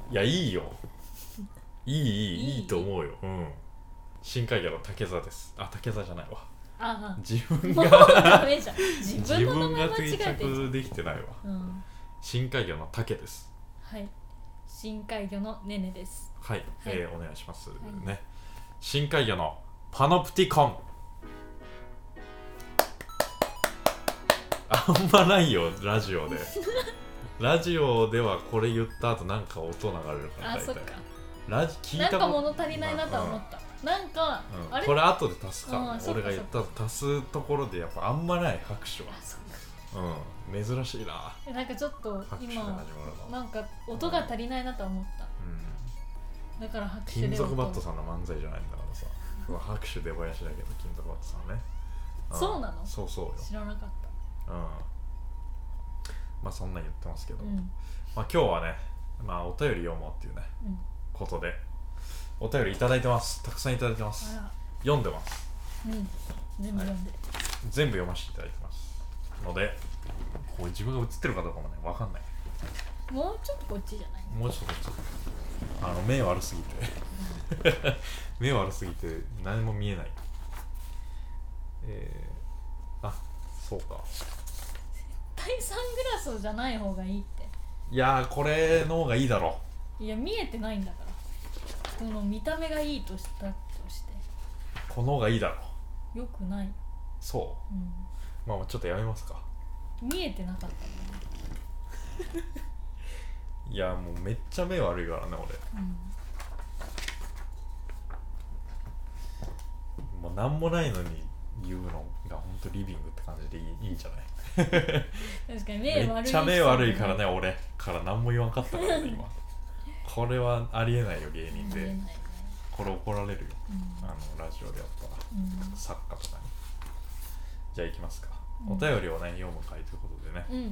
いやいいよいいと思うよ。深海魚の竹座です。あ、竹座じゃないわ。自分がダメじゃん。自分の名前間違えて定着できてないわ。深海魚の竹です。 はい。深海魚のねねです。 はい、お願いしますね。深海魚のパノプティコン。あんまないよラジオで。ラジオではこれ言った後なんか音流れるから。 あ、そっか。 聞いたなんか物足りないなとは思った。なんか、 あれこれ後で足すから、俺が言った後足すところでやっぱあんまない拍手は。珍しいな。 なんかちょっと今なんか音が足りないなと思った。だから拍手で。 金属バットさんの漫才じゃないんだからさ。拍手出囃子だけど金属バットさんね。 そうなの？ そうそうよ。 知らなかった。 まあそんなん言ってますけど、まあ今日はね、まあお便り読もうっていうね、ことでお便りいただいてます。たくさんいただいてます。読んでます。 全部読んで、 全部読ませていただいてますので、こう自分が映ってるかどうかもね分かんない。 もうちょっとこっちじゃない？ もうちょっとこっち。目悪すぎて目悪すぎて何も見えない。あ、そうか。 絶対サングラスじゃない方がいいって。 いやー、これの方がいいだろう。いや、見えてないんだから。この見た目がいいとしたとしてこの方がいいだろ。 よくない。 そう、まあちょっとやめますか。 見えてなかったね。 いや、もうめっちゃ目悪いからね俺。もうなんもないのに言うのがほんとリビングって感じでいいんじゃない？ 確かに目悪い。 めっちゃ目悪いからね、俺から何も言わんかったからね今。これはありえないよ芸人で。これ怒られるよ、ラジオでやったら、作家とかに。じゃあ行きますか、お便りをね読む回ということでね、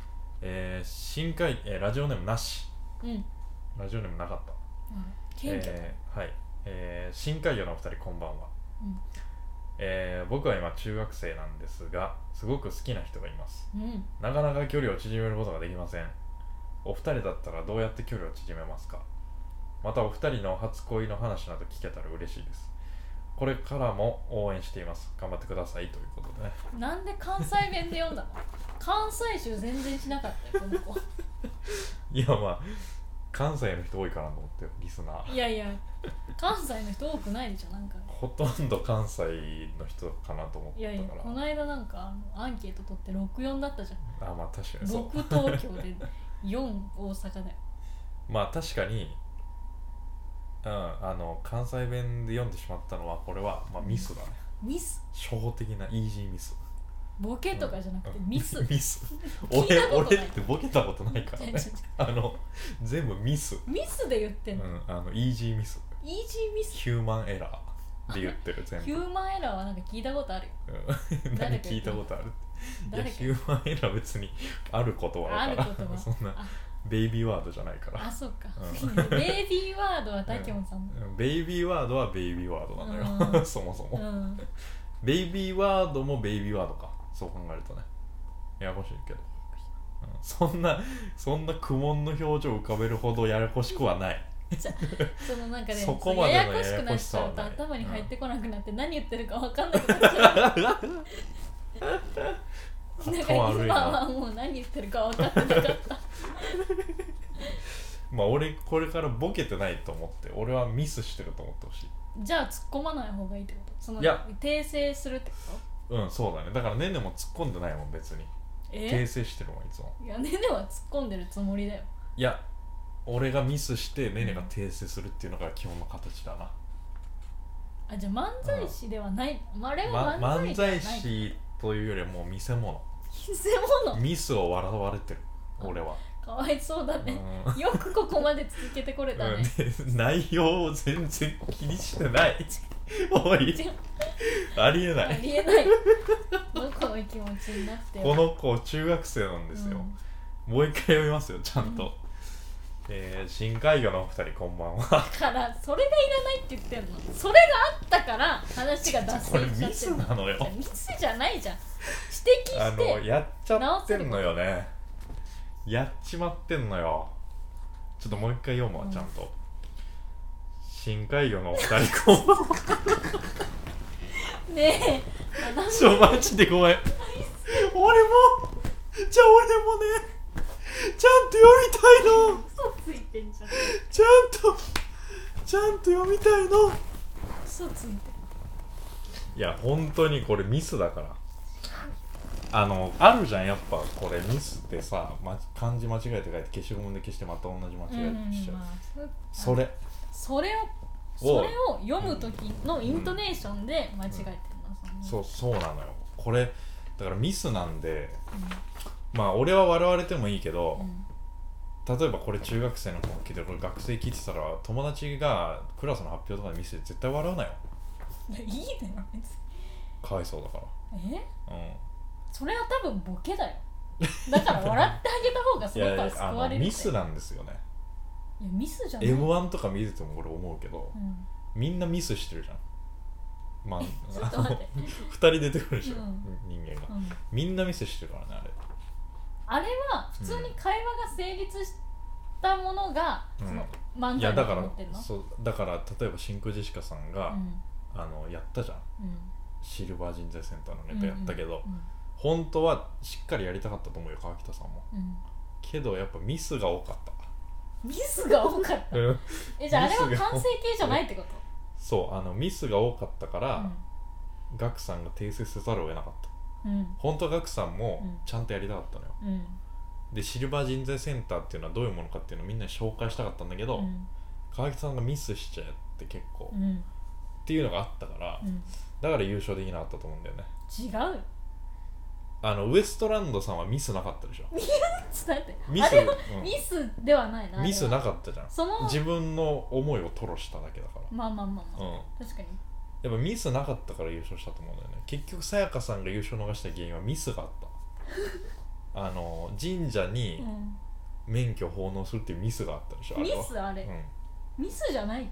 ラジオネームなし、ラジオネームなかった、はい、深海魚のお二人こんばんは。僕は今中学生なんですが、すごく好きな人がいます。なかなか距離を縮めることができません。お二人だったらどうやって距離を縮めますか？またお二人の初恋の話など聞けたら嬉しいです。これからも応援しています。頑張ってくださいということでね。 なんで関西弁で読んだの？関西州全然しなかったよこの子。 いや、まあ関西の人多いかなと思ってリスナー。 いやいや、関西の人多くないでしょ。なんかほとんど関西の人かなと思ったから。いやいや、 この間なんかアンケート取って64だったじゃん。 あ、まあ確かにそう。 6東京で4大阪だよ。 まあ確かに、関西弁で読んでしまったのはこれは、まあ、ミスだね。 ミス？ 初歩的なイージーミス。 ボケとかじゃなくてミス。 ミス。俺ってボケたことないからね。全部ミス。 ミスで言ってんの？ イージーミス。 イージーミス。 ヒューマンエラーで言ってる全部。 ヒューマンエラーはなんか聞いたことあるよ。 何聞いたことある？いや、ヒューマンエラー別にある言葉だから。そんなベイビーワードじゃないから。 あ、そうか。ベイビーワードはダキョンさんの。 ベイビーワードはベイビーワードなのよ。そもそも。ベイビーワードもベイビーワードか。そう考えるとね。ややこしいけど。そんな苦悶の表情を浮かべるほどややこしくはない。 そのなんかね、 そこまでのややこしくなっちゃうと頭に入ってこなくなって何言ってるか分かんなくなっちゃう。だから今はもう何言ってるか分かってなかった。 まあ俺これからボケてないと思って、俺はミスしてると思ってほしい。 じゃあ突っ込まない方がいいってこと？その訂正するってこと？ そうだね。だからねねも突っ込んでないもん別に。訂正してるもんいつも。 いや、ねねは突っ込んでるつもりだよ。 いや、俺がミスしてねねが訂正するっていうのが基本の形だな。 あ、じゃあ漫才師ではない。あれは漫才師というよりはもう見せ物。ミスを笑われてる俺は。 かわいそうだね。よくここまで続けてこれたね。 内容を全然気にしてない。おい、ありえない。 ありえない。この子の気持ちになってこの子中学生なんですよ。もう一回読みますよちゃんと。深海魚のお二人こんばんは。 だからそれがいらないって言ってんの。それがあったから話が脱線しちゃってる。これミスなのよ。 ミスじゃないじゃん。指摘してやっちゃってんのよね。やっちまってんのよ。 ちょっともう一回読むわ、ちゃんと。深海魚のお二人こんばんは。 ねえマジでごめん。俺もねちゃんと読みたいの。 嘘ついてんじゃん。 ちゃんと読みたいの。 嘘ついてる。 いや本当にこれミスだから。あるじゃん、やっぱこれミスってさ、漢字間違えて書いて消しゴムで消してまた同じ間違えしちゃう、それを読む時のイントネーションで間違えてるの、そうなのよ。これだからミスなんで、まあ俺は笑われてもいいけど、例えばこれ中学生の子が聞いてる、これ学生聞いてたら友達がクラスの発表とかでミスで絶対笑うなよ。 いやいいね別にかわいそうだから。 それは多分ボケだよ。だから笑ってあげた方がその子は救われる。 ミスなんですよね。 いやミスじゃない。 M1 とか見てても俺思うけど、みんなミスしてるじゃん。まあちょっと待って 2人出てくるでしょ、人間が、みんなミスしてるからね。あれは普通に会話が成立したものが、その漫才だと思ってるの？いやだから例えば真空ジェシカさんが、やったじゃん、シルバー人材センターのネタやったけど、本当はしっかりやりたかったと思うよ、川北さんも、けどやっぱミスが多かった。 ミスが多かったじゃああれは完成形じゃないってこと？ そうミスが多かったから、ガクさんが訂正せざるを得なかった、本当はガクさんもちゃんとやりたかったのよ、でシルバー人材センターっていうのはどういうものかっていうのをみんなに紹介したかったんだけど、川北さんがミスしちゃって結構、っていうのがあったから、だから優勝できなかったと思うんだよね。 違う。 ウエストランドさんはミスなかったでしょ。ミスではないな。 ミスなかったじゃん。自分の思いを吐露しただけだから。 まあ、確かに。 やっぱミスなかったから優勝したと思うんだよね。結局さやかさんが優勝逃した原因はミスがあった神社に免許を奉納するっていうミスがあったでしょ。 ミスあれ、ミスじゃないって。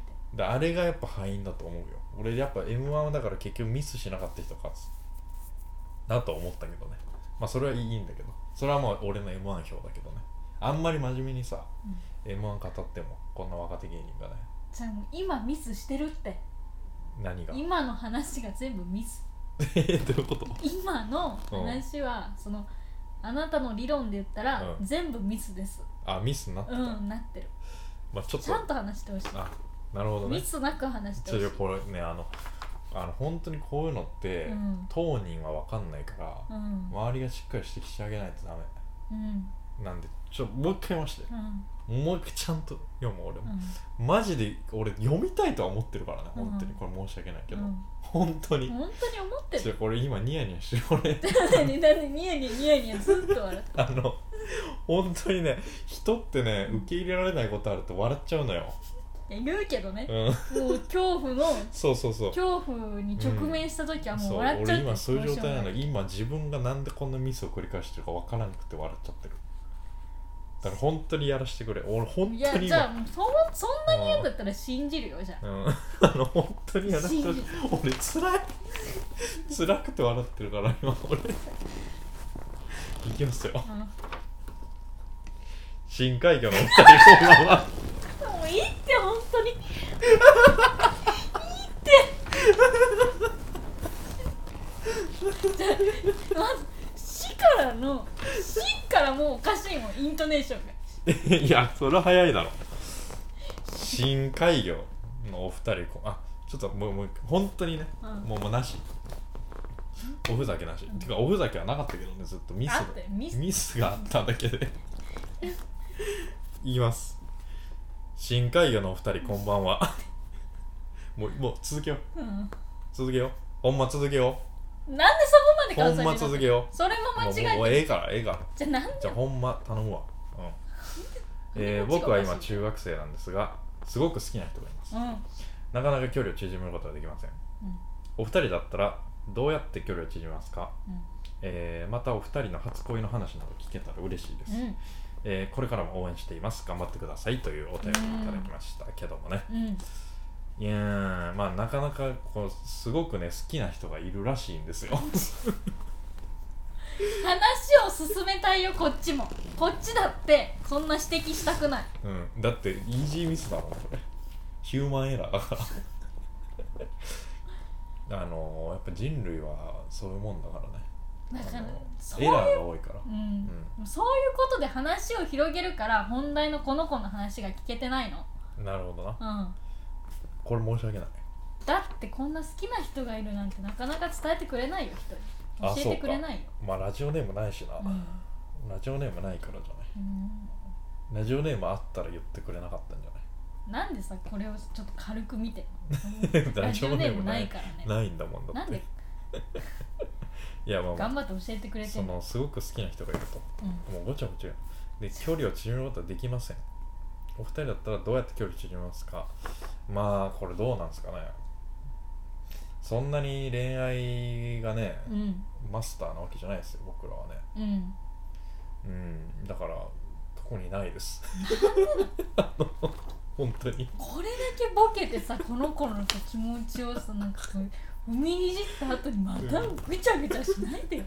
あれがやっぱ敗因だと思うよ。俺やっぱ M1 はだから結局ミスしなかった人勝つだと思ったけどね。まあそれはいいんだけど、それはもう俺の M1 票だけどね。あんまり真面目にさ、M1 語ってもこんな若手芸人がね。 じゃあもう今ミスしてるって。 何が？ 今の話が全部ミス。 どういうこと？ 今の話は、そのあなたの理論で言ったら、全部ミスです。 あ、ミスになってた。 なってる。まあちょっとちゃんと話してほしい。 あ、なるほどね。 ミスなく話してほしい。 これね、本当にこういうのって、当人は分かんないから、周りがしっかり指摘してあげないとダメ、なんでもう一回言いまして、もう一回ちゃんと読む。俺も、マジで俺読みたいとは思ってるからね、本当にこれ申し訳ないけど、本当に思ってる。 これ今ニヤニヤしてる俺。 なんでニヤニヤずっと笑って本当にね、人ってね、受け入れられないことあると笑っちゃうのよ。 言うけどね、もう恐怖の恐怖に直面した時はもう笑っちゃう。 俺今そういう状態なの。今自分がなんでこんなミスを繰り返してるか分からなくて笑っちゃってる。だから本当にやらせてくれ。俺本当に今。いやじゃあそんなに言うんだったら信じるよ。じゃあ本当にやらせてくれ。俺辛くて笑ってるから今俺。いきますよ、深海魚のお二人こんばんは。 もういいって本当にいいってまず死からもうおかしいもん、イントネーションが。いやそれは早いだろ。深海魚のお二人ちょっともう本当にね、もうなし、おふざけなし、てかおふざけはなかったけどね、ずっとミスがあっただけで言います。深海魚のお二人こんばんは。もう続けよう、続けよう、ほんま続けよう。なんでそこまで関西ほんま続けよう。それも間違えてもうええからじゃあなんで、 じゃあほんま頼むわ、僕は今中学生なんですが、すごく好きな人がいます、なかなか距離を縮めることはできません、お二人だったらどうやって距離を縮めますか、またお二人の初恋の話など聞けたら嬉しいです、これからも応援しています、頑張ってくださいというお便りをいただきましたけどもね、いやー、まあなかなかすごくね好きな人がいるらしいんですよ。 話を進めたいよ。こっちもこっちだってそんな指摘したくない。 だってイージーミスだもんこれ。ヒューマンエラーだからやっぱ人類はそういうもんだからね。 だからエラーが多いから、 そういうことで話を広げるから本題のこの子の話が聞けてないの。 なるほどな、これ申し訳ない。 だってこんな好きな人がいるなんてなかなか伝えてくれないよ。人に教えてくれないよ。 まあラジオネームないしな、ラジオネームないからじゃない、ラジオネームあったら言ってくれなかったんじゃない。 なんでさこれをちょっと軽く見てラジオネームないからね。 ないんだもんだって。 なんでいやまあ、 頑張って教えてくれてんの。 すごく好きな人がいると、もうごちゃごちゃで距離を縮めることはできません。お二人だったらどうやって距離縮めますか。まあこれどうなんですかね。そんなに恋愛がね、マスターなわけじゃないですよ僕らはね。だから特にないです。本当にこれだけボケてさこの子の気持ちをさなんか踏みにじった後にまたぐちゃぐちゃしないでよ。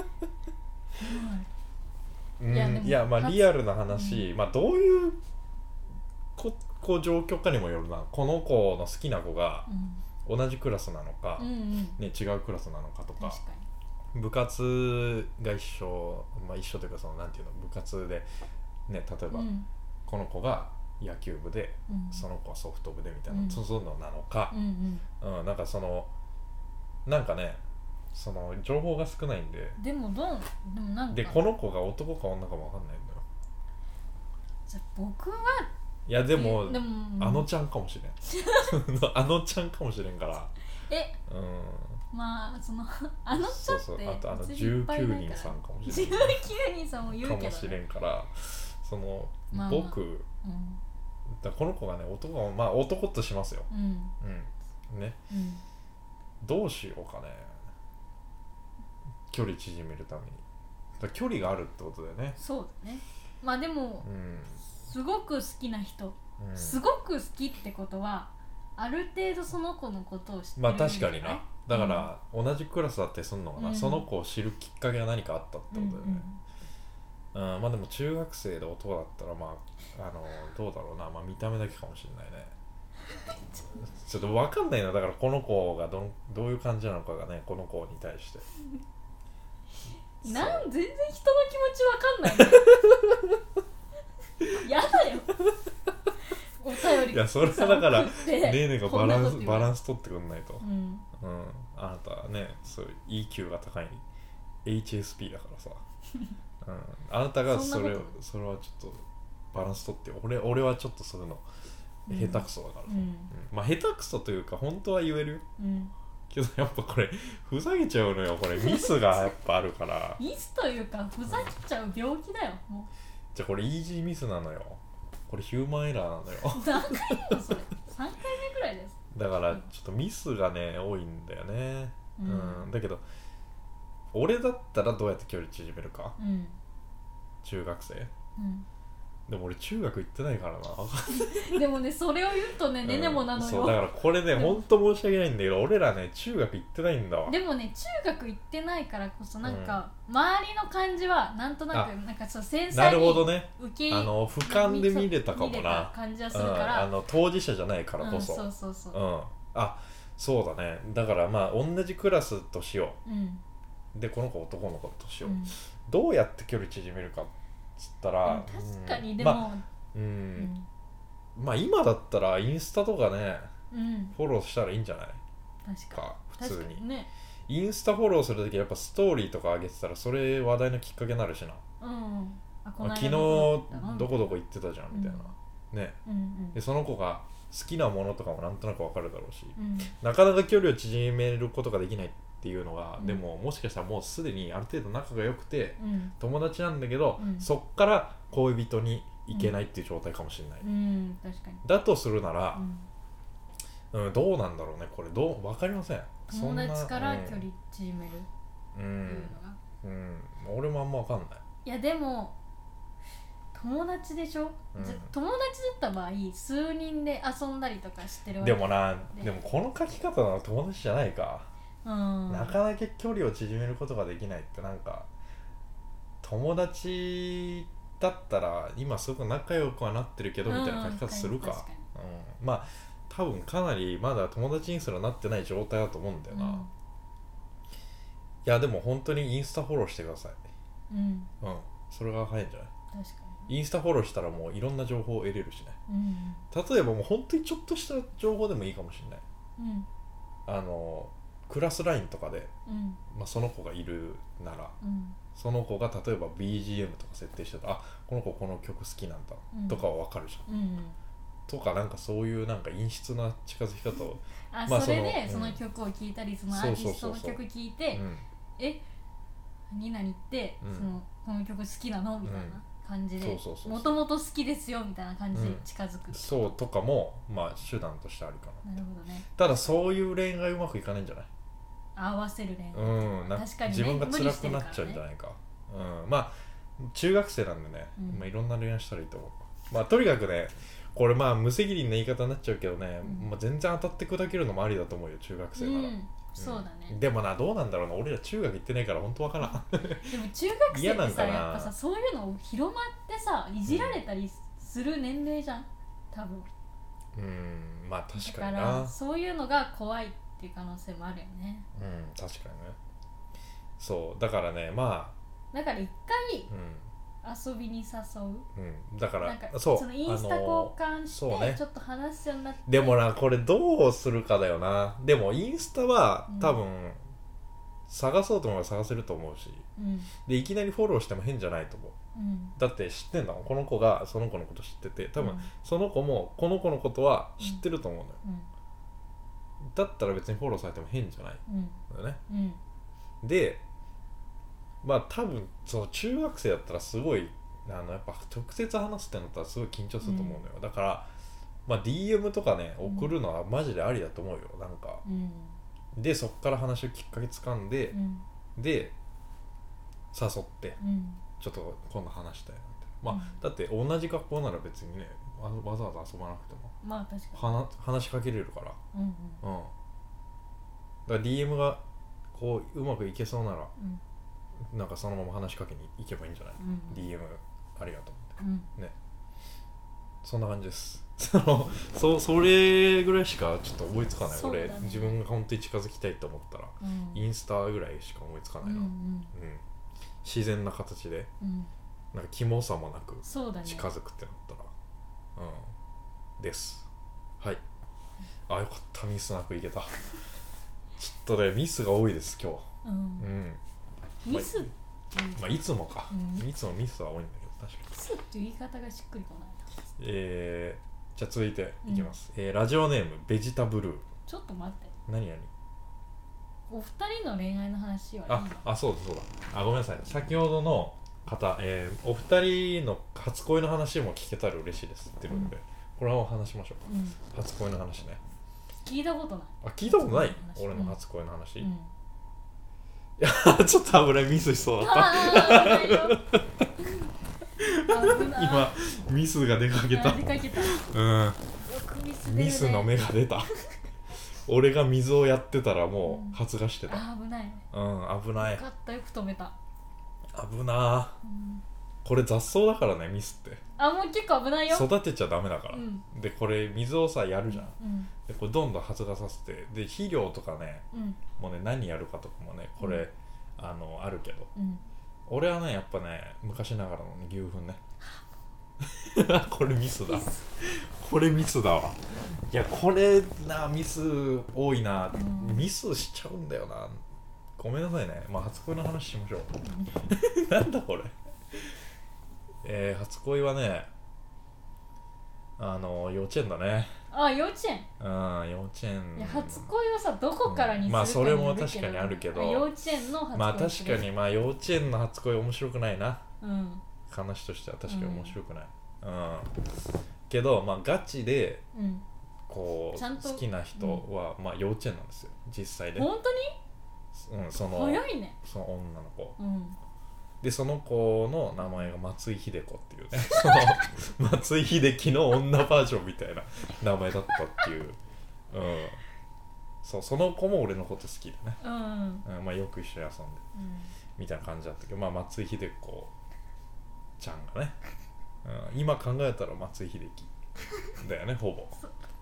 いやまあリアルな話、まあどういうこう状況かにもよるな。この子の好きな子が同じクラスなのか、ね、違うクラスなのかとか、部活が一緒、まあ一緒というかそのなんていうの部活でね、例えば、この子が野球部で、その子はソフト部でみたいな、そういうのなのか、なんかそのなんかねその情報が少ないんで。 でもなんかでこの子が男か女かも分かんないんだよ。 じゃあ僕はいやでもあのちゃんかもしれんあのちゃんかもしれんからまあそのあのちゃんってあと19人さんかもしれん。 19人さんも言うけど、 かもしれんからその、僕だこの子がね男はまあ男としますよ。ね、どうしようかね。距離縮めるためにだ距離があるってことだよね。 そうだね。まあでも、すごく好きな人、すごく好きってことはある程度その子のことを知ってるんじゃない。 まあ確かにな。だから、同じクラスだってすんのかな、その子を知るきっかけが何かあったってことだよね。まあでも中学生で男だったらまあどうだろうな、まあ見た目だけかもしれないね。ちょっと分かんないな。だからこの子がどういう感じなのかがね、この子に対して全然人の気持ち分かんないやだよお便り。 いやそれはだからねえねがバランス取ってくんないと。あなたはねそういう EQ が高い HSP だからさあなたがそれはちょっとバランス取ってよ。俺はちょっとそういうの下手くそだから、まあ下手くそというか本当は言えるよ、けどやっぱこれふざけちゃうのよ。これミスがやっぱあるからミスというかふざけちゃう病気だよもう。 じゃあこれイージーミスなのよ。これヒューマンエラーなのよ。 何回目それ3回目ぐらいです。 だからちょっとミスがね多いんだよね。だけど俺だったらどうやって距離縮めるか、中学生、でも俺中学行ってないからなでもねそれを言うとねねねもなのよ。 そうだからこれねほんと申し訳ないんだけど俺らね中学行ってないんだわ。 でもね中学行ってないからこそなんか、周りの感じはなんとなくなんかそう繊細に受け俯瞰で見れたかもな感じはするから、 当事者じゃないからこそ、そうだね。だからまあ同じクラスとしよう、でこの子男の子としよう、どうやって距離縮めるかっつったら、 確かにでもまあ今だったらインスタとかね、フォローしたらいいんじゃない確か普通にね。 インスタフォローするときやっぱストーリーとか上げてたらそれ話題のきっかけになるしな。昨日どこどこ行ってたじゃんみたいな、ね、でその子が好きなものとかもなんとなくわかるだろうし、なかなか距離を縮めることができないっていうのが、でももしかしたらもうすでにある程度仲が良くて、友達なんだけど、そっから恋人に行けないっていう状態かもしれない、 確かに。 だとするなら、どうなんだろうね。これ分かりません。 友達から距離縮めるっていうのが、 俺もあんま分かんない。 いやでも友達でしょ、友達だった場合数人で遊んだりとかしてるわけでもこの書き方なら友達じゃないか、なかなか距離を縮めることができないってなんか友達だったら今すごく仲良くはなってるけどみたいな書き方するか、まあ多分かなりまだ友達にすらなってない状態だと思うんだよな、いやでも本当にインスタフォローしてください。それが早いんじゃない？確かにインスタフォローしたらもういろんな情報を得れるしね、例えばもう本当にちょっとした情報でもいいかもしれない、クラスラインとかで、その子がいるなら、その子が例えば BGM とか設定してたら、あ、この子この曲好きなんだ、とかは分かるじゃん、とかなんかそういうなんか陰湿な近づき方をそれでその曲を聴いたり、そのアーティストの曲聴いて、何々ってこの曲好きなのみたいな感じで、もともと好きですよみたいな感じで近づく、 そうとかもまあ手段としてあるかな。 なるほどね。 ただそういう恋愛うまくいかないんじゃない？ 合わせる恋愛、確かに、ね、 自分が辛くなっちゃうんじゃないか、まあ中学生なんでね、いろんな恋愛したらいいと思う。まあとにかくね、これまあ無責任な言い方になっちゃうけどね、全然当たって砕けるのもありだと思うよ、中学生なら、 そうだね。 でもな、どうなんだろうな、俺ら中学行ってないから本当わからんでも中学生ってさ、やっぱさ、そういうの広まってさ、いじられたりする年齢じゃん、多分。 まあ確かにな。 だからそういうのが怖いっていう可能性もあるよね。 確かにね。そうだからね、まあだから一回、遊びに誘う、 だからなんかそのインスタ交換して、ちょっと話すようになって、 でもな、これどうするかだよな。でもインスタは多分、探そうと思えば探せると思うし、でいきなりフォローしても変じゃないと思う、だって知ってんだもん、この子がその子のこと知ってて、多分、その子もこの子のことは知ってると思うのよ、だったら別にフォローされても変じゃないだよね、でまあ多分その中学生だったらすごいやっぱ直接話すってなったらすごい緊張すると思うのよ、だからまあ DM とかね送るのはマジでありだと思うよ、なんか、でそっから話をきっかけつかんで、で誘って、ちょっと今度話したいなって、まあだって同じ学校なら別にねわざわざ遊ばなくても、 まあ確かに話しかけれるから、だから DM がこううまくいけそうなら、なんかそのまま話しかけに行けばいいんじゃない、DM ありがとうって、ね、そんな感じです。それぐらいしかちょっと思いつかない、俺自分が本当に近づきたいと思ったら、インスタぐらいしか思いつかないな、自然な形で、なんかキモさもなく近づくってなったら、です。はい。あ、よかった、ミスなくいけた。ちょっとねミスが多いです今日。 ミス、 まあいつもか、いつもミスは多いんだけど、確かにミスっていう言い方がしっくりこないな。じゃあ続いていきます、ラジオネームベジタブルー。 ちょっと待って、 何お二人の恋愛の話はいいの？ そうだ、ごめんなさい、先ほどの方、お二人の初恋の話も聞けたら嬉しいですっていうので、これは話しましょうか、初恋の話ね。 聞いたことない。 聞いたことない？俺の初恋の話、いやちょっと危ない、ミスしそうだった今ミスが出かけた。ミスの芽が出た俺が水をやってたらもう発芽してた、 危ないね。 危ない。 よかった、よく止めた。 危な、これ雑草だからね、ミスって。 もう結構危ないよ。 育てちゃダメだから、でこれ水をさやるじゃん、でこれどんどん発芽させて、で肥料とかね、もうね何やるかとかもねこれ、あるけど、俺はねやっぱね昔ながらの、ね、牛糞ねこれミスだこれミスだわ。いやこれな、ミス多いな、ミスしちゃうんだよな、ごめんなさいね。まあ初恋の話しましょうなんだこれ。初恋はね幼稚園だね。 幼稚園。 幼稚園。 いや初恋はさどこからにするかによるけど、 まあそれも確かにあるけど、 幼稚園の初恋。 まあ確かにまあ幼稚園の初恋面白くないな、話としては確かに面白くない、けどまあガチで、こう好きな人は、まあ幼稚園なんですよ実際で。 本当に？ その早いね。 その女の子、でその子の名前が松井秀子っていうねその松井秀喜の女バージョンみたいな名前だったっていう、その子も俺のこと好きでね、まあよく一緒に遊んで、みたいな感じだったけど、まあ松井秀子ちゃんがね、今考えたら松井秀喜だよねほぼ、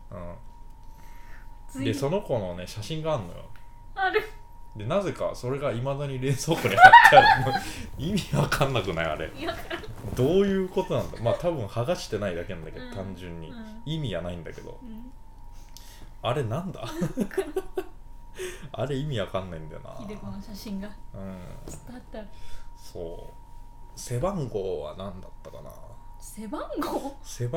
でその子のね写真があるのよ。 ある。 でなぜかそれがいまだに冷蔵庫に貼ってあるの意味わかんなくないあれ。どういうことなんだ。まあ多分剥がしてないだけなんだけど、単純に、意味はないんだけど、あれなんだあれ意味わかんないんだよな。 秀子の写真が伝わった。 そう背番号は何だったかな。 背番号も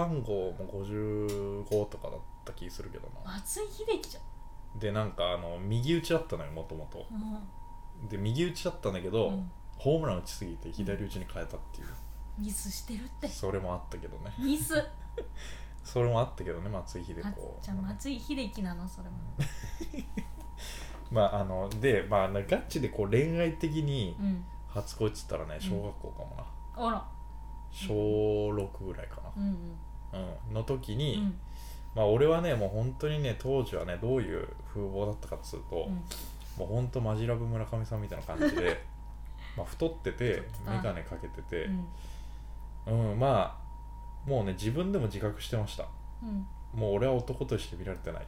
55とかだった気するけどな。 松井秀喜じゃん。 でなんか右打ちだったのよもともと。で右打ちだったんだけど、ホームラン打ちすぎて左打ちに変えたっていう、 ミスしてるって。 それもあったけどね。 ミスそれもあったけどね松井秀子。 じゃあ松井秀喜なのそれもまあでまあガチでこう恋愛的に初恋っつったらね小学校かもな、 あら小6ぐらいかな、の時に、まあ俺はねもう本当にね当時はねどういう風貌だったかっつうと、もうほんとマジラブ村上さんみたいな感じでまあ太ってて眼鏡かけてて、まあもうね自分でも自覚してました、もう俺は男として見られてない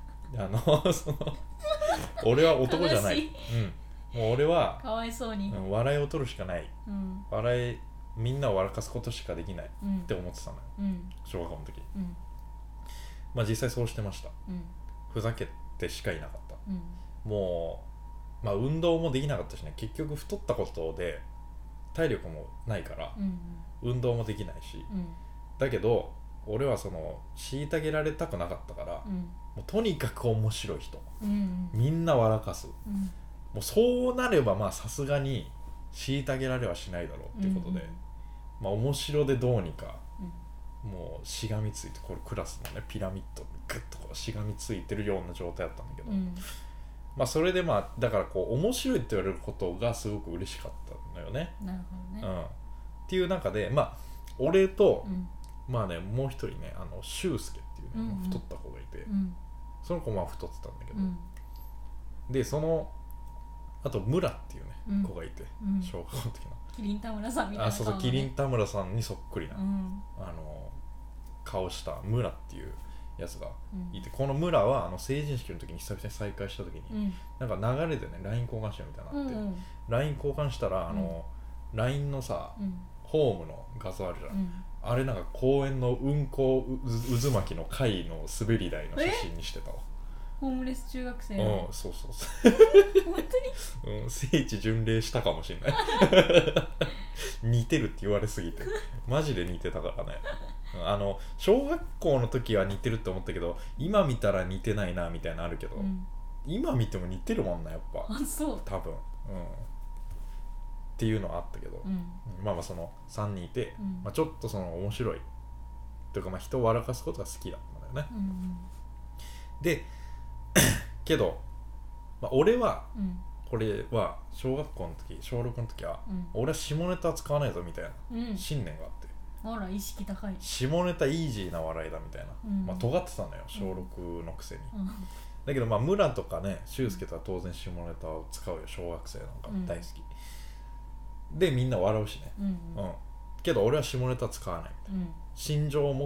俺は男じゃない、もう俺はかわいそうに、 笑いを取るしかない、みんなを笑かすことしかできないって思ってたのよ、小学校の時、まあ実際そうしてました、ふざけてしかいなかった、もうまあ運動もできなかったしね、結局太ったことで体力もないから、運動もできないし、だけど俺はその虐げられたくなかったから、もうとにかく面白い人、みんな笑かす、もうそうなればまあさすがに虐げられはしないだろうっていうことで、まあ面白でどうにか、もうしがみついて、これクラスのねピラミッドにグッとこうしがみついてるような状態だったんだけど、まあそれでまあだからこう面白いって言われることがすごく嬉しかったのよね。 なるほどね。 っていう中でまあ俺と、まあねもう一人ね修介っていうね、太った子がいて、その子まあ太ってたんだけど、でそのあと村っていうね、子がいて、小学校の時のキリン田村さんみたいな顔、ね、 そうキリン田村さんにそっくりな、顔した村っていうやつがいて、この村は成人式の時に久々に再会した時に、なんか流れでね LINE 交換しようみたいになって、LINE 交換したらLINE のさ、ホームの画像あるじゃん、あれなんか公園のうんこ渦巻きの貝の滑り台の写真にしてたわ。 ホームレス中学生の、そう本当に、 聖地巡礼したかもしれない似てるって言われすぎてマジで似てたからね小学校の時は似てるって思ったけど、今見たら似てないなみたいなのあるけど、今見ても似てるもんなやっぱ。 あ、そう多分っていうのはあったけど、まあまあその3人いて、まあ、ちょっとその面白いというか、まあ人を笑かすことが好きだったんだよね、でけど、まあ、俺は、これは小学校の時小6の時は、俺は下ネタは使わないぞみたいな信念があって、 あら意識高い。 下ネタイージーな笑いだみたいな、まあ尖ってたのよ小6のくせに、だけどまあ村とかね修介とは当然下ネタを使うよ、小学生なんか大好き、でみんな笑うしね、けど俺は下ネタ使わないみたいな、心情を持って、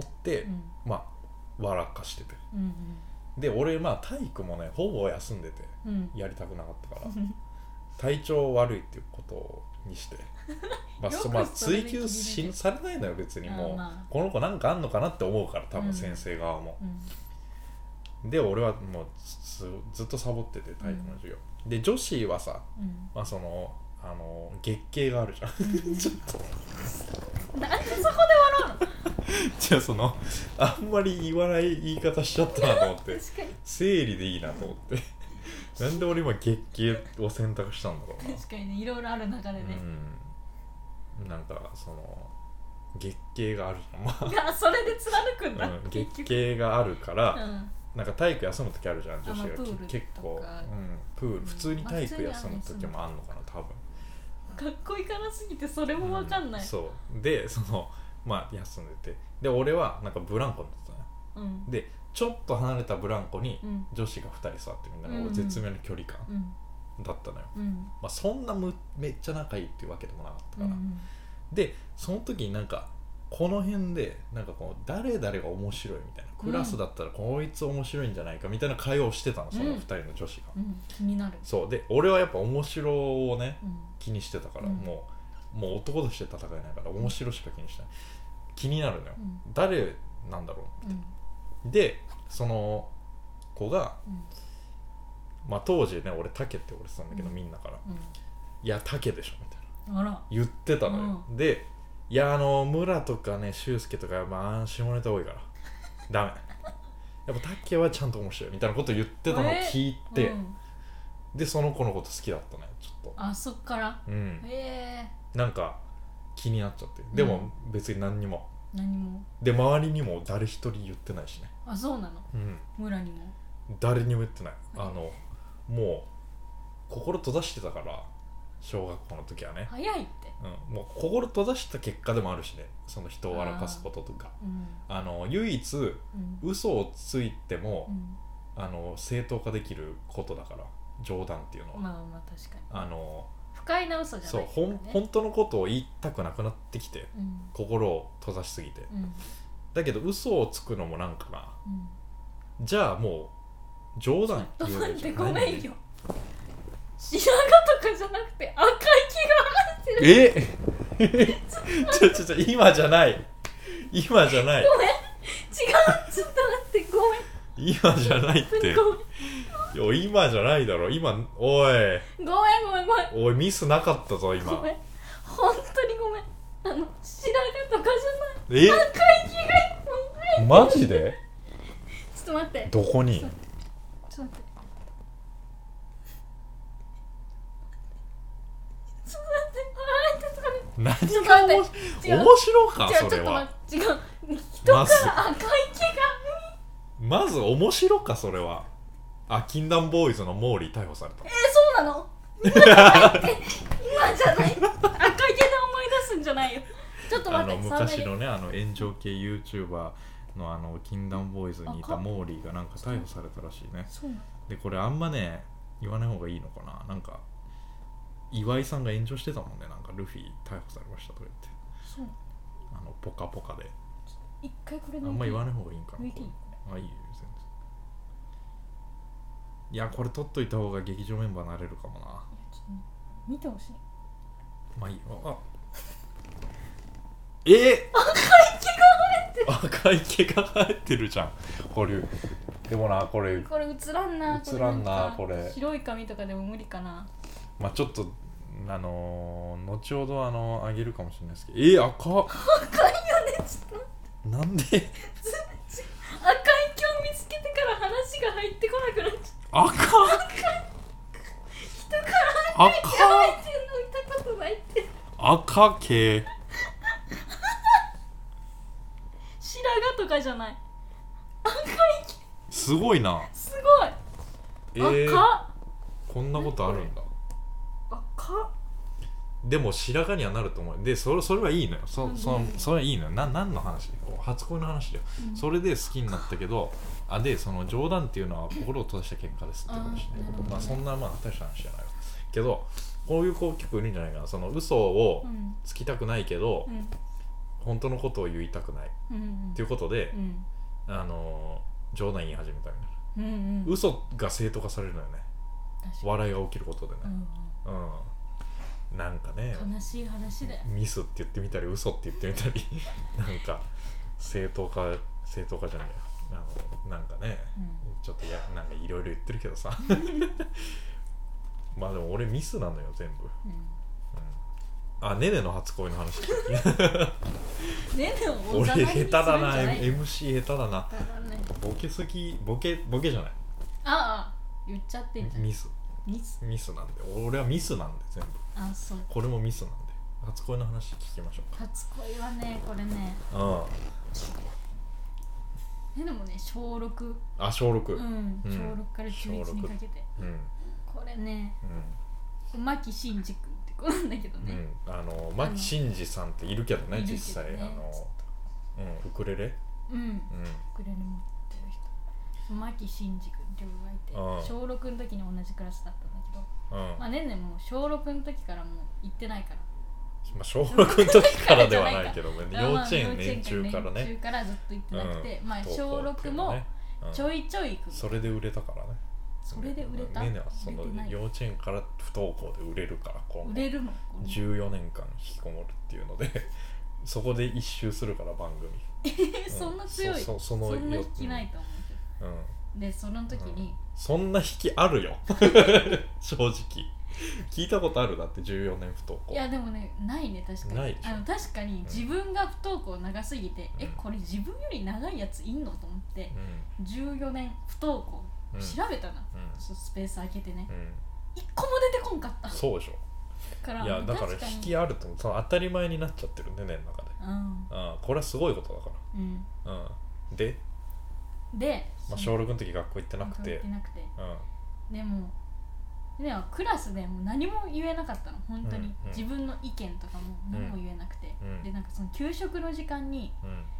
まあ笑かしてて、で俺まあ体育もねほぼ休んでて、やりたくなかったから体調悪いっていうことにしてまあ追求されないのよ別に、もうこの子なんかあんのかなって思うから多分先生側も、で俺はもうずっとサボってて体育の授業、で女子はさ、まあその月経があるじゃんちょっとなんでそこで笑うのじゃあそのあんまり言わない言い方しちゃったなと思って生理でいいなと思ってなんで俺今月経を選択したんだろうな。 確かにね、いろいろある中でね、 なんかその月経があるじゃん、まあそれで貫くんだ、 月経があるから、なんか体育休む時あるじゃん女子が、結構、プール普通に体育休む時もあんのかな多分。 かっこいいからすぎてそれも分かんない、 そうでそのまあ休んでて、で俺はなんかブランコに乗ってたの、でちょっと離れたブランコに女子が2人座ってるみたいな、絶妙な距離感だったのよ、まあそんなめっちゃ仲いいっていうわけでもなかったから、 でその時になんかこの辺でなんかこう誰々が面白いみたいな、クラスだったらこいつ面白いんじゃないかみたいな会話をしてたの、その2人の女子が、 気になる。 そうで俺はやっぱ面白をね、気にしてたから、もう男として戦えないから面白しか気にしない、気になるのよ、誰なんだろうみたいな、でその子が、まあ当時ね俺タケって言われてたんだけど、みんなから、いやタケでしょみたいな言ってたのよ、でいや村とかね俊介とかまあ下ネタ多いからダメやっぱタケはちゃんと面白いみたいなこと言ってたのを聞いて、でその子のこと好きだったねちょっと。 あ、そっから。 なんか気になっちゃって、でも別に何もで周りにも誰一人言ってないしね。 あ、そうなの。村にも誰にも言ってない。もう心閉ざしてたから、小学校の時はね。 早いって、 もう心閉ざした結果でもあるしね、その人を笑かすこととか、唯一、嘘をついても、正当化できることだから、冗談っていうのは。 まあまあ確かに不快な嘘じゃない、ね、 そう本当のことを言いたくなくなってきて、心を閉ざしすぎて、だけど嘘をつくのもなんかな、じゃあもう冗談って言うのじゃない。 ごめんよ、白髪とかじゃなくて赤い毛が生えてる。 ちょ今じゃない今じゃない、 ごめん、違う、ちょっと待って、ごめん、 今じゃないって。いや今じゃないだろ今。おいごめんおいミスなかったぞ今。 ごめん、本当にごめん。白髪とかじゃない、赤い毛がいっぱい。 マジで？ ちょっと待って、 どこに？ ちょっと待って、 何が面白かそれは。 違う、人から赤い毛がまず面白かそれは。禁断ボーイズのモーリー逮捕された。 そうなの？今じゃないって今じゃない、赤い毛で思い出すんじゃないよ。ちょっと待って、 昔のね炎上系 YouTuber の禁断ボーイズにいたモーリーがなんか逮捕されたらしいね。でこれあんまね言わない方がいいのかな。なんか岩井さんが炎上してたもんね。なんかルフィ逮捕されましたとか言って、 そうポカポカで。 一回これあんま言わない方がいいんかな。 いいよ、 いいよ全然。いやこれ撮っといた方が劇場メンバーになれるかもな。いやちょっと見てほしい。 まあいいよ。赤い毛が生えてるじゃんこれ。でもなこれ映らんなこれ。 白い紙とかでも無理かな。 まあちょっと後ほどあげるかもしれないですけど。赤いよね。 ちょっとなんで赤い毛を見つけてから話が入ってこなくなっちゃった。 赤人から赤い毛生えてるの見たことないって。 赤毛白髪とかじゃない、赤い毛。 すごいな。 すごい、赤こんなことあるんだ。 赤でも白髪にはなると思う。でそれはいいのよ。それはいいのよ。何の話？初恋の話だよ、それで好きになったけど、でその冗談っていうのは心を閉ざした結果ですってことしね。まあそんな大した話じゃないけど、こういう子結構いるんじゃないかな。その嘘をつきたくないけど、本当のことを言いたくないっていうことで、冗談言い始めたみたいな、嘘が正当化されるのよね。笑いが起きることでね。なんかね、 悲しい話だよ。 ミスって言ってみたり嘘って言ってみたりなんか正当化じゃないよ。なんかね、ちょっとなんかいろいろ言ってるけどさまあでも俺ミスなのよ全部。ねねの初恋の話ねねを俺下手だな、MC 下手だな。ボケすぎ、ボケじゃない。 言っちゃってんじゃん。 ミスなんで。俺はミスなんで全部。 そう。 これもミスなんで。初恋の話聞きましょうか。 初恋はね、これね。でもね、小6。 小6。 小6から中1にかけて。これね、牧真司君って子なんだけどね。 牧真司さんっているけどね、実際。ウクレレ？ ウクレレ持ってる人。牧真司君っていう子がいて、小6の時に同じクラスだったんだけど、ねねも小6の時からもう行ってないから。 まあ、小6の時からではないけどね幼稚園年中からね年中からずっと行ってなくて、まあ小6もちょいちょい行く、 それで売れたからね。 それで売れた。 ねねはその幼稚園から不登校で売れるから売れるの 14年間引きこもるっていうのでそこで一周するから番組そんな強い、そんな引きないと思うけど、でその時に、 そんな引きあるよ正直聞いたことあるだって14年不登校。 いやでもねないね確かに。 ないでしょ。 確かに自分が不登校長すぎて、これ自分より長いやついんのと思って、14年不登校調べたな、スペース空けてね、一個も出てこんかった。 そうでしょ。いやだから引きあるとその当たり前になっちゃってるねねの中で、これはすごいことだから、で、まあ、小6の時学校行ってなくて、 でもクラスでも何も言えなかったの本当に、自分の意見とかも何も言えなくて、でなんかその給食の時間に、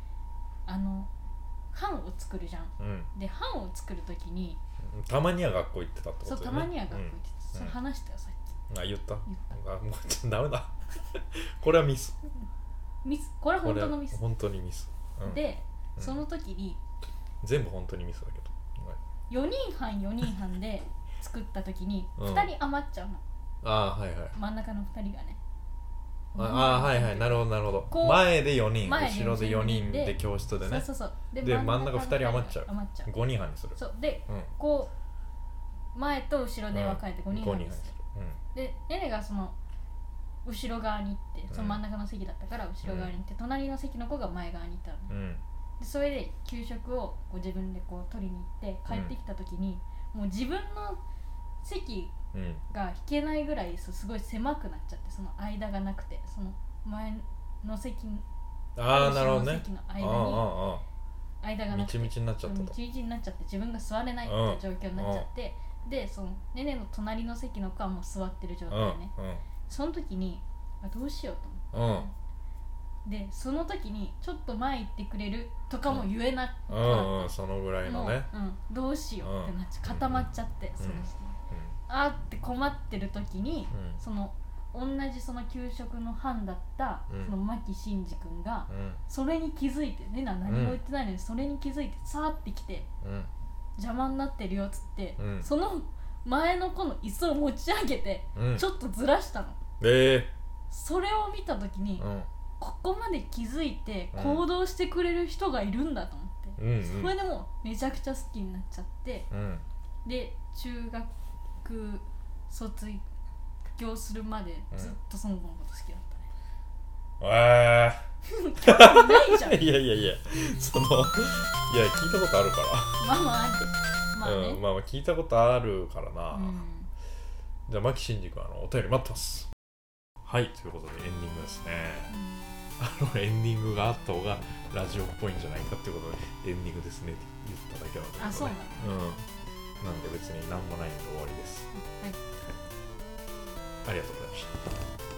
飯を作るじゃん、で飯を作る時にたまには学校行ってたってことだよね。 そうたまには学校行ってた、それ話したよさっき。 言った。あもうダメだこれはミスこれは本当のミス。 本当にミス、 で、その時に全部本当にミスだけど、4人半4人半で作った時に2人余っちゃうの、 はいはい、 真ん中の2人がね、 はいはい、なるほどなるほど。前で4人後ろで4人で教室でね、 そうで真ん中2人余っちゃう、5人半にする。 そうで、こう前と後ろで分かれて5人半にする、でねねがその後ろ側に行って、その真ん中の席だったから後ろ側に行って、隣の席の子が前側に行ったのね、でそれで給食をこう自分でこう取りに行って帰ってきた時に、もう自分の席が引けないぐらいすごい狭くなっちゃって、その間がなくて、その前の席と後ろの席の間に間がなくて、 みちみちになっちゃったと、 みちみちになっちゃって自分が座れないっていう状況になっちゃって、でそのねねの隣の席の子はもう座ってる状態ね、その時にどうしようと思って、でその時にちょっと前行ってくれるとかも言えなくなって、 そのぐらいのね、 どうしようってなっちゃ固まっちゃって、その人あって困ってる時に、その同じその給食の班だったその牧真司君がそれに気づいて、ねな何も言ってないのにそれに気づいてさーって来て、邪魔になってるよっつって、その前の子の椅子を持ち上げてちょっとずらしたの、それを見た時に、ここまで気づいて行動してくれる人がいるんだと思って、それでもうめちゃくちゃ好きになっちゃって、で中学卒業するまでずっとその子のこと好きだったね。ないじゃん。 いやいやいや、そのいや聞いたことあるから。 まあまあある。 まあね。まあ聞いたことあるからな。じゃあ牧真司君お便り待ってます。はい、ということでエンディングですね。エンディングがあった方がラジオっぽいんじゃないかっていうことでエンディングですねって言っただけなんで、 あ、そうなの。 なんで別に何もないので終わりです。はい。ありがとうございました。